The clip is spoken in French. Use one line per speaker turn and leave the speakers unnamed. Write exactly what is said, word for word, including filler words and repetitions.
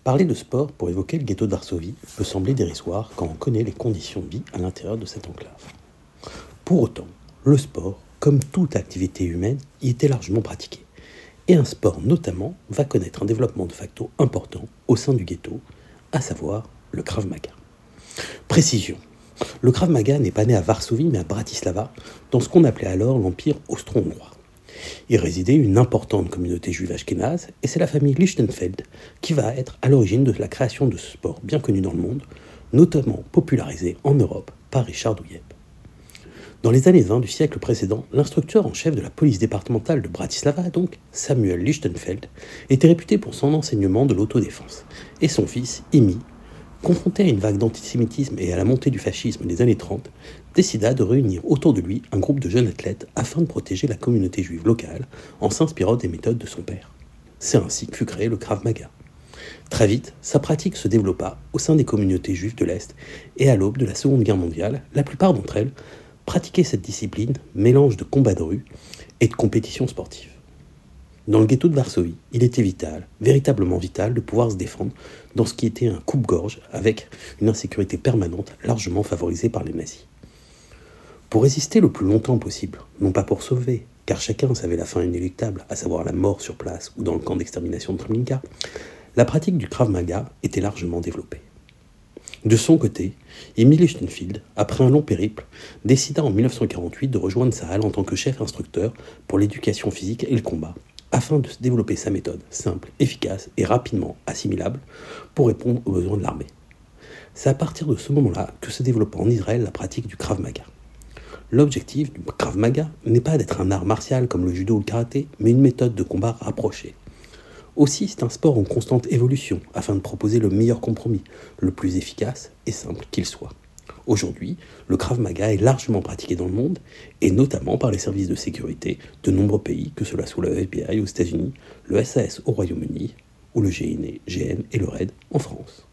Parler de sport pour évoquer le ghetto de Varsovie peut sembler dérisoire quand on connaît les conditions de vie à l'intérieur de cette enclave. Pour autant, le sport, comme toute activité humaine, y était largement pratiqué. Et un sport notamment va connaître un développement de facto important au sein du ghetto, à savoir le Krav Maga. Précision, le Krav Maga n'est pas né à Varsovie mais à Bratislava, dans ce qu'on appelait alors l'Empire austro-hongrois. Y résidait une importante communauté juive ashkénaze, et c'est la famille Lichtenfeld qui va être à l'origine de la création de ce sport bien connu dans le monde, notamment popularisé en Europe par Richard Douieb. Dans les années vingt du siècle précédent, l'instructeur en chef de la police départementale de Bratislava, donc Samuel Lichtenfeld, était réputé pour son enseignement de l'autodéfense, et son fils, Imi, confronté à une vague d'antisémitisme et à la montée du fascisme des années trente, décida de réunir autour de lui un groupe de jeunes athlètes afin de protéger la communauté juive locale en s'inspirant des méthodes de son père. C'est ainsi que fut créé le Krav Maga. Très vite, sa pratique se développa au sein des communautés juives de l'Est et à l'aube de la Seconde Guerre mondiale, la plupart d'entre elles pratiquaient cette discipline, mélange de combat de rue et de compétition sportive. Dans le ghetto de Varsovie, il était vital, véritablement vital, de pouvoir se défendre dans ce qui était un coupe-gorge avec une insécurité permanente largement favorisée par les nazis. Pour résister le plus longtemps possible, non pas pour sauver, car chacun savait la fin inéluctable, à savoir la mort sur place ou dans le camp d'extermination de Treblinka, la pratique du Krav Maga était largement développée. De son côté, Emil Lichtenfeld, après un long périple, décida en dix-neuf cent quarante-huit de rejoindre Tsahal en tant que chef instructeur pour l'éducation physique et le combat, afin de développer sa méthode simple, efficace et rapidement assimilable pour répondre aux besoins de l'armée. C'est à partir de ce moment-là que se développa en Israël la pratique du Krav Maga. L'objectif du Krav Maga n'est pas d'être un art martial comme le judo ou le karaté, mais une méthode de combat rapprochée. Aussi, c'est un sport en constante évolution, afin de proposer le meilleur compromis, le plus efficace et simple qu'il soit. Aujourd'hui, le Krav Maga est largement pratiqué dans le monde, et notamment par les services de sécurité de nombreux pays, que cela soit le F B I aux États-Unis, le S A S au Royaume-Uni, ou le G N et le R A I D en France.